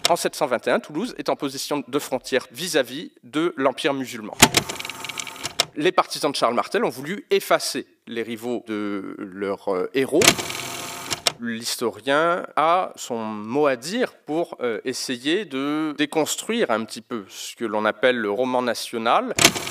En 721, Toulouse est en position de frontière vis-à-vis de l'Empire musulman. Les partisans de Charles Martel ont voulu effacer les rivaux de leur héros. L'historien a son mot à dire pour essayer de déconstruire un petit peu ce que l'on appelle le roman national.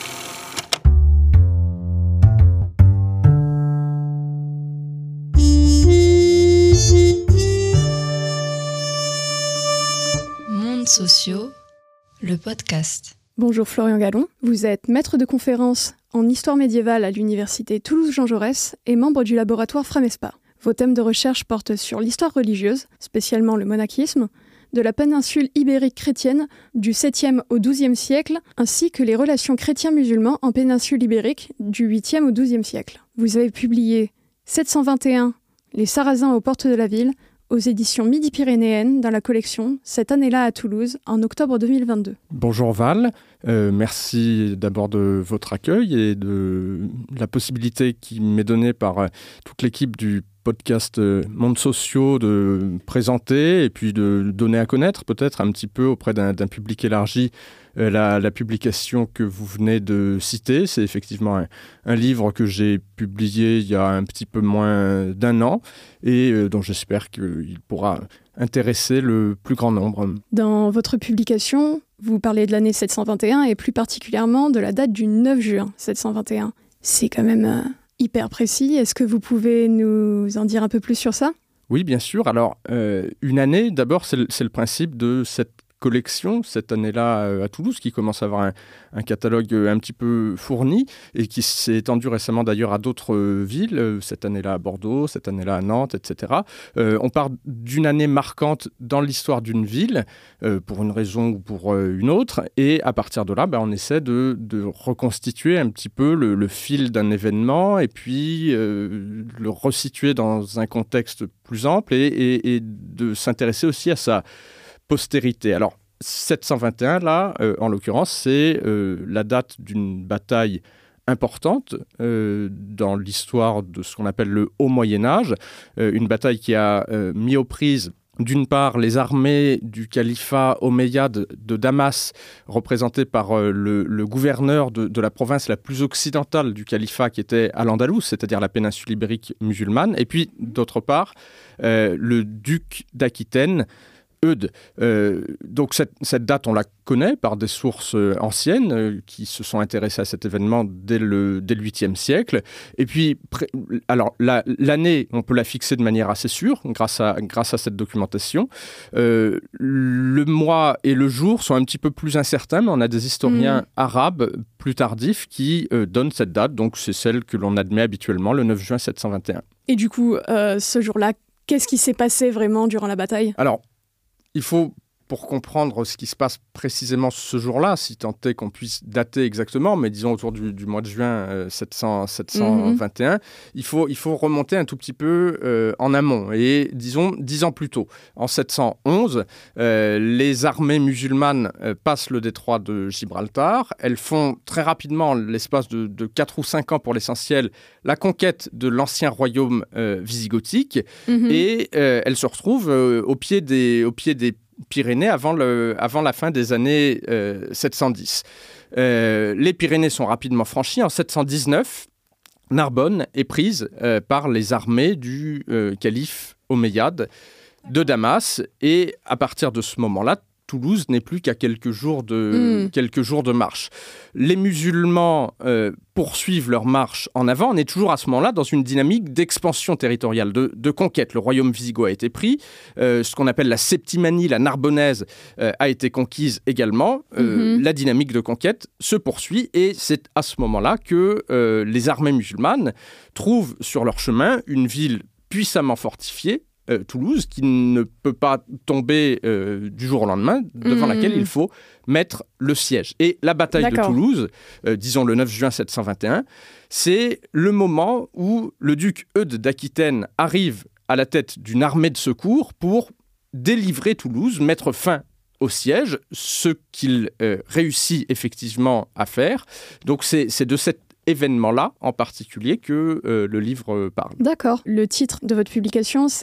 Mondes sociaux, le podcast. Bonjour Florian Gallon, vous êtes maître de conférence en histoire médiévale à l'université Toulouse-Jean Jaurès et membre du laboratoire Framespa. Vos thèmes de recherche portent sur l'histoire religieuse, spécialement le monachisme, de la péninsule ibérique chrétienne du 7e au 12e siècle, ainsi que les relations chrétiens-musulmans en péninsule ibérique du 8e au 12e siècle. Vous avez publié 721, Les Sarrasins aux portes de la ville, aux éditions Midi-Pyrénéennes dans la collection Cette année-là à Toulouse en octobre 2022. Bonjour Val, merci d'abord de votre accueil et de la possibilité qui m'est donnée par toute l'équipe du podcast Mondes sociaux de présenter et puis de donner à connaître peut-être un petit peu auprès d'un public élargi la publication que vous venez de citer. C'est effectivement un livre que j'ai publié il y a un petit peu moins d'un an et dont j'espère qu'il pourra intéresser le plus grand nombre. Dans votre publication, vous parlez de l'année 721 et plus particulièrement de la date du 9 juin 721. C'est quand même hyper précis. Est-ce que vous pouvez nous en dire un peu plus sur ça ? Oui, bien sûr. Alors, une année, d'abord, c'est le principe de cette collection, cette année-là à Toulouse, qui commence à avoir un catalogue un petit peu fourni et qui s'est étendu récemment d'ailleurs à d'autres villes, cette année-là à Bordeaux, cette année-là à Nantes, etc. On part d'une année marquante dans l'histoire d'une ville, pour une raison ou pour une autre, et à partir de là, on essaie de reconstituer un petit peu le fil d'un événement et puis le resituer dans un contexte plus ample et de s'intéresser aussi à sa postérité. Alors, 721, là, en l'occurrence, c'est la date d'une bataille importante dans l'histoire de ce qu'on appelle le Haut Moyen-Âge, une bataille qui a mis aux prises d'une part, les armées du califat omeyyade de Damas, représentées par le gouverneur de la province la plus occidentale du califat, qui était Al-Andalus, c'est-à-dire la péninsule ibérique musulmane. Et puis, d'autre part, le duc d'Aquitaine, Eudes. Donc cette date, on la connaît par des sources anciennes qui se sont intéressées à cet événement dès le 8e siècle. Et puis, alors l'année, on peut la fixer de manière assez sûre grâce à cette documentation. Le mois et le jour sont un petit peu plus incertains, mais on a des historiens arabes plus tardifs qui donnent cette date. Donc c'est celle que l'on admet habituellement, le 9 juin 721. Et du coup, ce jour-là, qu'est-ce qui s'est passé vraiment durant la bataille ? Alors, il faut, pour comprendre ce qui se passe précisément ce jour-là, si tant est qu'on puisse dater exactement, mais disons autour du mois de juin 721, il faut remonter un tout petit peu en amont. Et disons 10 ans plus tôt, en 711, les armées musulmanes passent le détroit de Gibraltar. Elles font très rapidement, l'espace de 4 ou 5 ans pour l'essentiel, la conquête de l'ancien royaume visigothique. Et elles se retrouvent au pied des Pyrénées avant la fin des années 710. Les Pyrénées sont rapidement franchies. En 719, Narbonne est prise par les armées du calife omeyyade de Damas. Et à partir de ce moment-là, Toulouse n'est plus qu'à quelques jours de marche. Les musulmans poursuivent leur marche en avant. On est toujours à ce moment-là dans une dynamique d'expansion territoriale, de conquête. Le royaume wisigoth a été pris. Ce qu'on appelle la Septimanie, la Narbonnaise, a été conquise également. La dynamique de conquête se poursuit et c'est à ce moment-là que les armées musulmanes trouvent sur leur chemin une ville puissamment fortifiée, Toulouse, qui ne peut pas tomber du jour au lendemain, devant laquelle il faut mettre le siège. Et la bataille de Toulouse, disons le 9 juin 721, c'est le moment où le duc Eudes d'Aquitaine arrive à la tête d'une armée de secours pour délivrer Toulouse, mettre fin au siège, ce qu'il réussit effectivement à faire. Donc c'est de cet événement-là en particulier que le livre parle. D'accord. Le titre de votre publication, c'est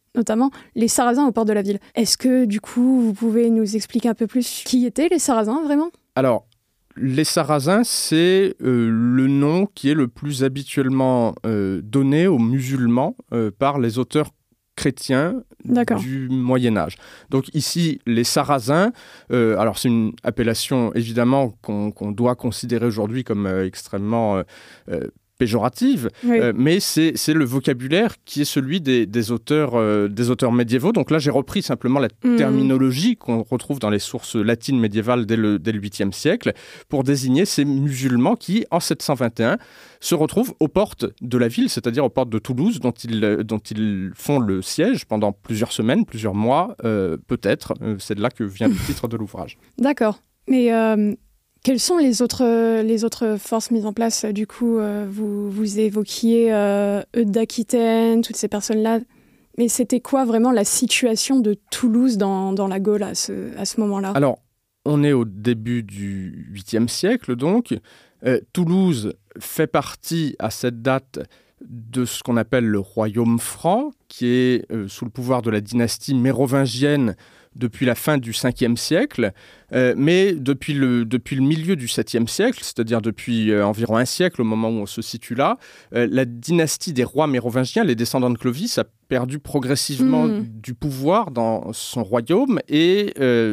notamment les Sarrasins aux portes de la ville. Est-ce que, du coup, vous pouvez nous expliquer un peu plus qui étaient les Sarrasins, vraiment ? Alors, les Sarrasins, c'est le nom qui est le plus habituellement donné aux musulmans par les auteurs chrétiens du Moyen-Âge. Donc ici, les Sarrasins, alors c'est une appellation évidemment qu'on doit considérer aujourd'hui comme extrêmement péjorative, oui. Mais c'est le vocabulaire qui est celui des auteurs médiévaux. Donc là, j'ai repris simplement la terminologie qu'on retrouve dans les sources latines médiévales dès le 8e siècle pour désigner ces musulmans qui, en 721, se retrouvent aux portes de la ville, c'est-à-dire aux portes de Toulouse, dont ils font le siège pendant plusieurs semaines, plusieurs mois, peut-être. C'est de là que vient le titre de l'ouvrage. D'accord. Mais quelles sont les autres forces mises en place ? Du coup, vous évoquiez Eudes d'Aquitaine, toutes ces personnes-là. Mais c'était quoi vraiment la situation de Toulouse dans la Gaule à ce moment-là ? Alors, on est au début du 8e siècle, donc. Toulouse fait partie à cette date de ce qu'on appelle le royaume franc, qui est sous le pouvoir de la dynastie mérovingienne depuis la fin du 5e siècle, mais depuis le milieu du 7e siècle, c'est-à-dire depuis environ un siècle, au moment où on se situe là, la dynastie des rois mérovingiens, les descendants de Clovis, a perdu progressivement du pouvoir dans son royaume et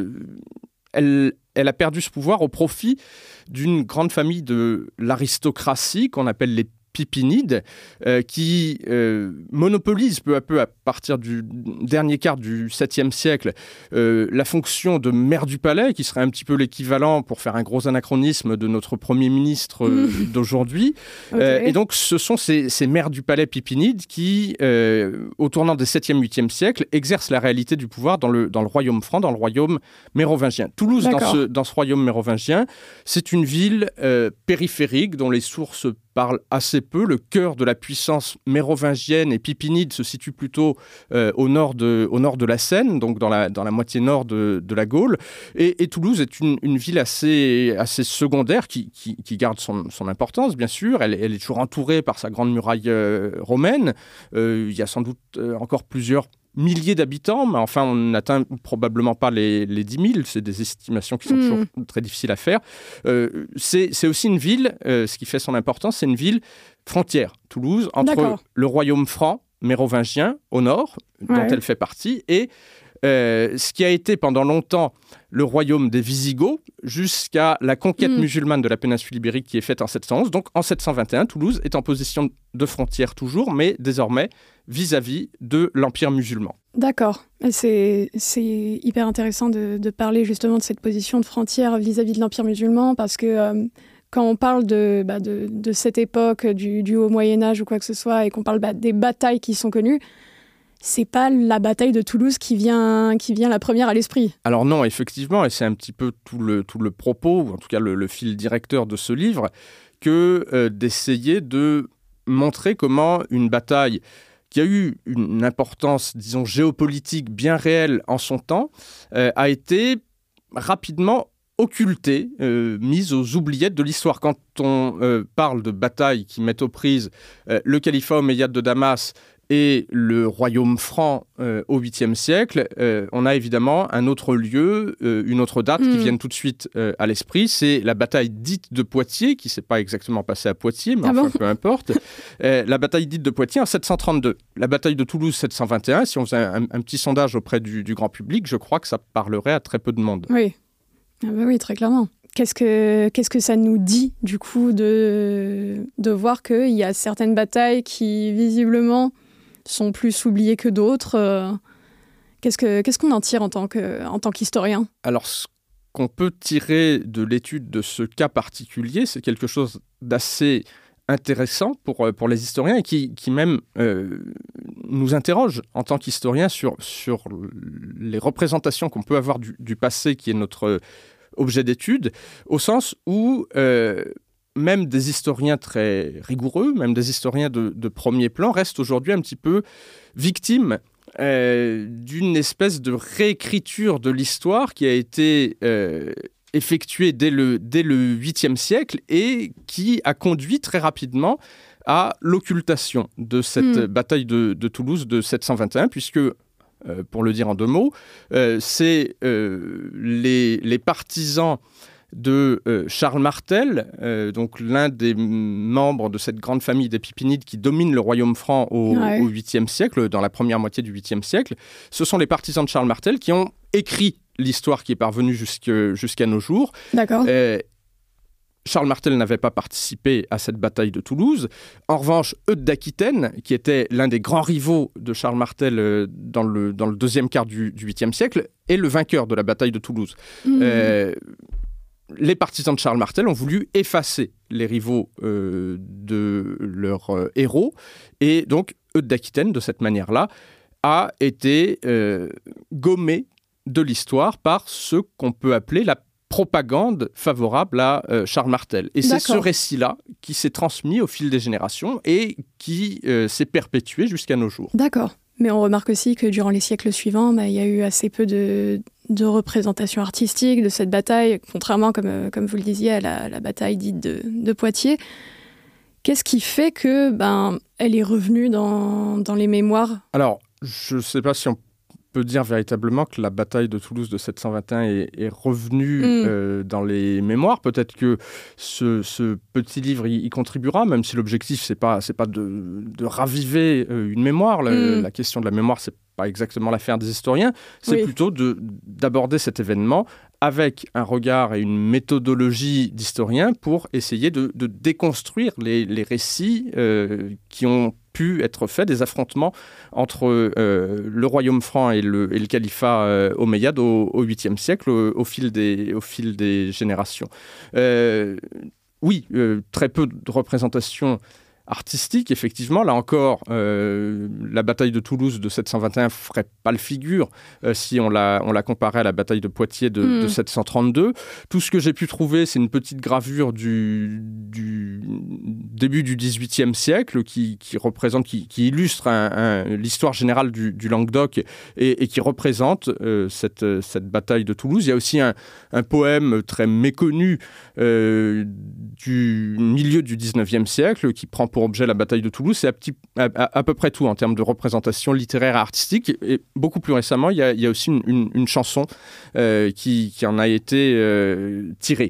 elle a perdu ce pouvoir au profit d'une grande famille de l'aristocratie qu'on appelle les Pipinides, qui monopolise peu à peu, à partir du dernier quart du 7e siècle, la fonction de maire du palais, qui serait un petit peu l'équivalent, pour faire un gros anachronisme, de notre Premier ministre d'aujourd'hui. Okay. Et donc, ce sont ces maires du palais Pipinides qui, au tournant des 7e, 8e siècles, exercent la réalité du pouvoir dans le royaume franc, dans le royaume mérovingien. Toulouse, dans ce royaume mérovingien, c'est une ville périphérique dont les sources parle assez peu. Le cœur de la puissance mérovingienne et pipinide se situe plutôt au nord de la Seine, donc dans la moitié nord de la Gaule. Et Toulouse est une ville assez secondaire qui garde son importance, bien sûr. Elle est toujours entourée par sa grande muraille romaine. Il y a sans doute encore plusieurs milliers d'habitants, mais enfin, on n'atteint probablement pas les 10 000. C'est des estimations qui sont toujours très difficiles à faire. C'est aussi une ville, ce qui fait son importance, c'est une ville frontière, Toulouse, entre le royaume franc mérovingien au nord, dont elle fait partie, et ce qui a été pendant longtemps le royaume des Visigoths, jusqu'à la conquête musulmane de la péninsule ibérique qui est faite en 711. Donc en 721, Toulouse est en position de frontière toujours, mais désormais vis-à-vis de l'Empire musulman. D'accord. C'est hyper intéressant de parler justement de cette position de frontière vis-à-vis de l'Empire musulman, parce que quand on parle de cette époque, du Haut Moyen-Âge ou quoi que ce soit, et qu'on parle des batailles qui sont connues, c'est pas la bataille de Toulouse qui vient la première à l'esprit. Alors non, effectivement, et c'est un petit peu tout le propos, ou en tout cas le fil directeur de ce livre, que d'essayer de montrer comment une bataille qui a eu une importance, disons, géopolitique bien réelle en son temps, a été rapidement occultée, mise aux oubliettes de l'histoire. Quand on parle de batailles qui mettent aux prises le califat omeyyade de Damas et le royaume franc au 8e siècle, on a évidemment un autre lieu, une autre date qui viennent tout de suite à l'esprit. C'est la bataille dite de Poitiers, qui ne s'est pas exactement passée à Poitiers, mais peu importe. La bataille dite de Poitiers en 732. La bataille de Toulouse 721, si on faisait un petit sondage auprès du grand public, je crois que ça parlerait à très peu de monde. Oui, oui, très clairement. Qu'est-ce que ça nous dit, du coup, de voir qu'il y a certaines batailles qui, visiblement, sont plus oubliés que d'autres. Qu'est-ce qu'on en tire en tant qu'historien ? Alors, ce qu'on peut tirer de l'étude de ce cas particulier, c'est quelque chose d'assez intéressant pour les historiens et qui même nous interroge en tant qu'historiens sur les représentations qu'on peut avoir du passé qui est notre objet d'étude, au sens où même des historiens très rigoureux, même des historiens de premier plan, restent aujourd'hui un petit peu victimes d'une espèce de réécriture de l'histoire qui a été effectuée dès le 8e siècle et qui a conduit très rapidement à l'occultation de cette bataille de Toulouse de 721, puisque pour le dire en 2 mots. C'est les partisans de Charles Martel, donc l'un des membres de cette grande famille des Pipinides qui domine le royaume franc au 8e siècle, dans la première moitié du 8e siècle. Ce sont les partisans de Charles Martel qui ont écrit l'histoire qui est parvenue jusqu'à nos jours. D'accord. Charles Martel n'avait pas participé à cette bataille de Toulouse. En revanche, Eudes d'Aquitaine, qui était l'un des grands rivaux de Charles Martel dans le deuxième quart du 8e siècle, est le vainqueur de la bataille de Toulouse. Les partisans de Charles Martel ont voulu effacer les rivaux de leur héros. Et donc, Eudes d'Aquitaine, de cette manière-là, a été gommé de l'histoire par ce qu'on peut appeler la propagande favorable à Charles Martel. Et c'est ce récit-là qui s'est transmis au fil des générations et qui s'est perpétué jusqu'à nos jours. D'accord. Mais on remarque aussi que durant les siècles suivants, il y a eu assez peu de représentation artistique de cette bataille, contrairement, comme vous le disiez, à la bataille dite de Poitiers. Qu'est-ce qui fait que elle est revenue dans les mémoires ? Alors, je ne sais pas si on peut dire véritablement que la bataille de Toulouse de 721 est revenue dans les mémoires. Peut-être que ce petit livre y contribuera, même si l'objectif, c'est pas de raviver une mémoire. La question de la mémoire, c'est pas exactement l'affaire des historiens. C'est plutôt d'aborder cet événement avec un regard et une méthodologie d'historien pour essayer de déconstruire les récits qui ont pu être faits des affrontements entre le royaume franc et le califat omeyyade au 8e siècle, au fil des générations. Très peu de représentations artistique, effectivement. Là encore, la bataille de Toulouse de 721 ne ferait pas le figure si on la comparait à la bataille de Poitiers de 732. Tout ce que j'ai pu trouver, c'est une petite gravure du début du XVIIIe siècle qui illustre l'histoire générale du Languedoc et qui représente cette bataille de Toulouse. Il y a aussi un poème très méconnu du milieu du XIXe siècle qui prend pour objet la bataille de Toulouse. C'est à peu près tout en termes de représentation littéraire et artistique. Et beaucoup plus récemment, il y a aussi une chanson qui en a été tirée.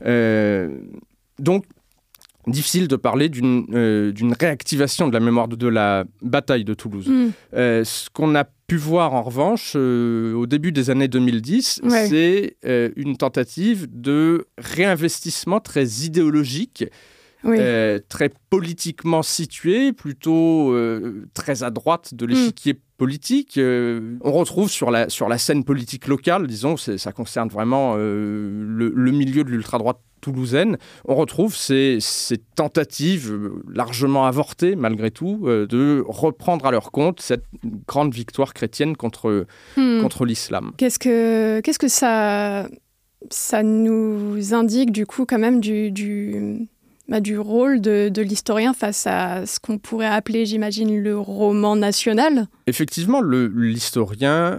Donc, difficile de parler d'une réactivation de la mémoire de la bataille de Toulouse. Ce qu'on a pu voir en revanche au début des années 2010, c'est une tentative de réinvestissement très idéologique, très politiquement situé, plutôt très à droite de l'échiquier politique. On retrouve sur la scène politique locale, disons, ça concerne vraiment le milieu de l'ultra-droite toulousaine, on retrouve ces tentatives largement avortées, malgré tout, de reprendre à leur compte cette grande victoire chrétienne contre l'islam. Qu'est-ce que ça nous indique, du coup, quand même, du rôle de l'historien face à ce qu'on pourrait appeler, j'imagine, le roman national ? Effectivement, l'historien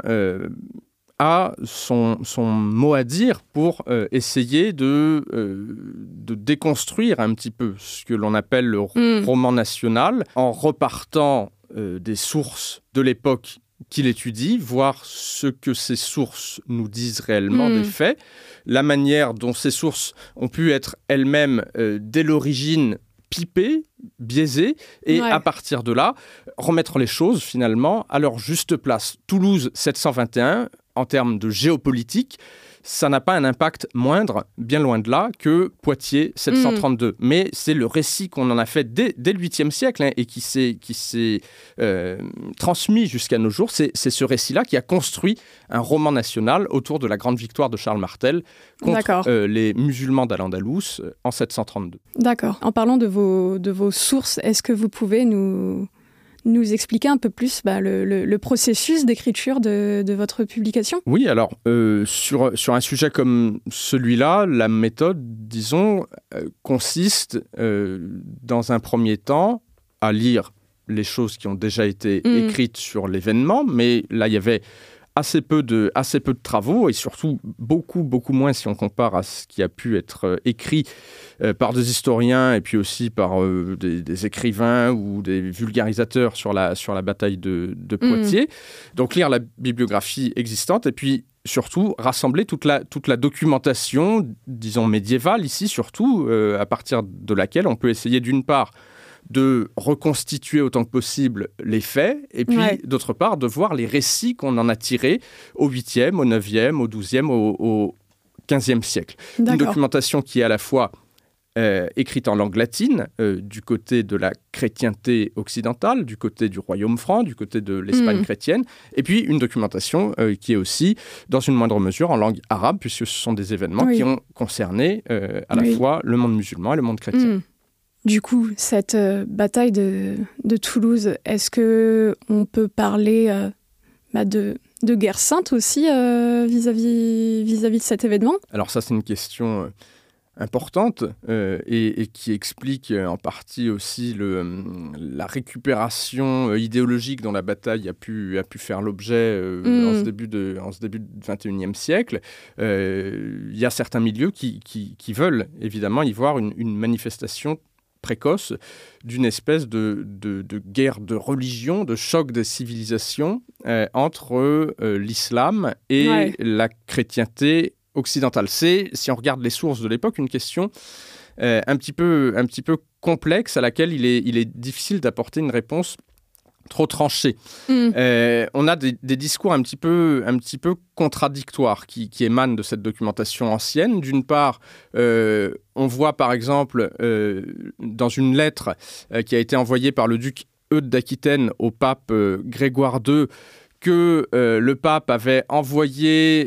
a son mot à dire pour essayer de déconstruire un petit peu ce que l'on appelle le roman national, en repartant des sources de l'époque qu'il étudie, voir ce que ces sources nous disent réellement des faits, la manière dont ces sources ont pu être elles-mêmes, dès l'origine, pipées, biaisées, et à partir de là, remettre les choses finalement à leur juste place. Toulouse 721, en termes de géopolitique, ça n'a pas un impact moindre, bien loin de là, que Poitiers 732. Mais c'est le récit qu'on en a fait dès le 8e siècle et qui s'est transmis jusqu'à nos jours. C'est ce récit-là qui a construit un roman national autour de la grande victoire de Charles Martel contre les musulmans d'Al-Andalus en 732. D'accord. En parlant de vos sources, est-ce que vous pouvez nous expliquer un peu plus le processus d'écriture de votre publication ? Oui, alors, sur un sujet comme celui-là, la méthode, disons, consiste, dans un premier temps, à lire les choses qui ont déjà été écrites sur l'événement, mais là, il y avait assez peu de travaux et surtout beaucoup moins si on compare à ce qui a pu être écrit par des historiens et puis aussi par des écrivains ou des vulgarisateurs sur la bataille de Poitiers. Donc lire la bibliographie existante et puis surtout rassembler toute la documentation, disons médiévale ici surtout, à partir de laquelle on peut essayer d'une part de reconstituer autant que possible les faits, et puis d'autre part de voir les récits qu'on en a tirés au 8e, au 9e, au 12e, au 15e siècle. D'accord. Une documentation qui est à la fois écrite en langue latine, du côté de la chrétienté occidentale, du côté du royaume franc, du côté de l'Espagne chrétienne, et puis une documentation qui est aussi, dans une moindre mesure, en langue arabe, puisque ce sont des événements qui ont concerné à la fois le monde musulman et le monde chrétien. Du coup, cette bataille de Toulouse, est-ce qu'on peut parler de guerre sainte aussi vis-à-vis de cet événement ? Alors ça, c'est une question importante et qui explique en partie aussi la récupération idéologique dont la bataille a pu faire l'objet en ce début du XXIe siècle. Il y a certains milieux qui veulent évidemment y voir une manifestation précoce d'une espèce de guerre de religion, de choc des civilisations entre l'islam et la chrétienté occidentale. C'est, si on regarde les sources de l'époque, une question un petit peu complexe à laquelle il est difficile d'apporter une réponse trop tranchée. On a des discours un petit peu contradictoires qui émanent de cette documentation ancienne. D'une part, on voit par exemple dans une lettre qui a été envoyée par le duc Eudes d'Aquitaine au pape Grégoire II, que le pape avait envoyé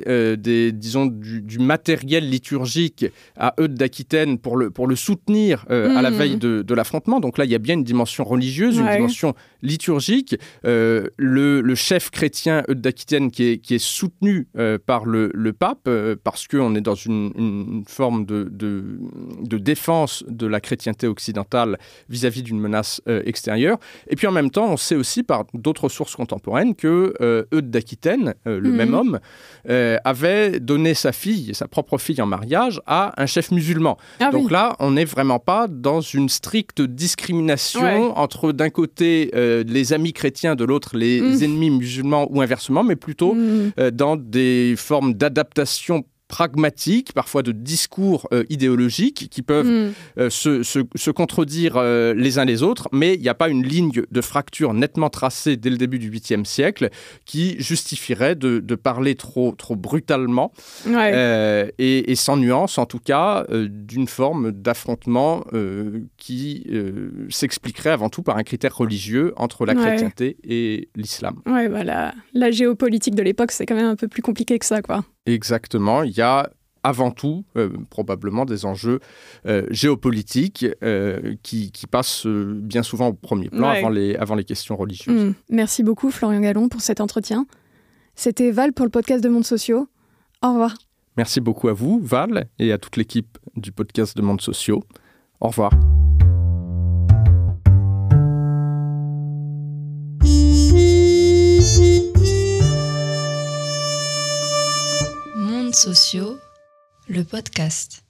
du matériel liturgique à Eudes d'Aquitaine pour le soutenir à la veille de l'affrontement. Donc là, il y a bien une dimension religieuse, une dimension liturgique. Le chef chrétien Eudes d'Aquitaine qui est soutenu par le pape parce qu'on est dans une forme de défense de la chrétienté occidentale vis-à-vis d'une menace extérieure. Et puis en même temps, on sait aussi par d'autres sources contemporaines que Eudes d'Aquitaine, le même homme, avait donné sa propre fille en mariage à un chef musulman. Donc là, on n'est vraiment pas dans une stricte discrimination entre d'un côté les amis chrétiens, de l'autre les ennemis musulmans ou inversement, mais plutôt dans des formes d'adaptation pragmatiques, parfois de discours idéologiques qui peuvent se contredire les uns les autres, mais il n'y a pas une ligne de fracture nettement tracée dès le début du 8e siècle qui justifierait de parler trop brutalement et sans nuance, en tout cas, d'une forme d'affrontement qui s'expliquerait avant tout par un critère religieux entre la chrétienté et l'islam. Ouais, la géopolitique de l'époque, c'est quand même un peu plus compliqué que ça, quoi. Exactement. Il y a avant tout probablement des enjeux géopolitiques qui passent bien souvent au premier plan avant les questions religieuses. Merci beaucoup Florian Gallon pour cet entretien. C'était Val pour le podcast de Mondes Sociaux. Au revoir. Merci beaucoup à vous, Val, et à toute l'équipe du podcast de Mondes Sociaux. Au revoir. Mondes Sociaux, le podcast.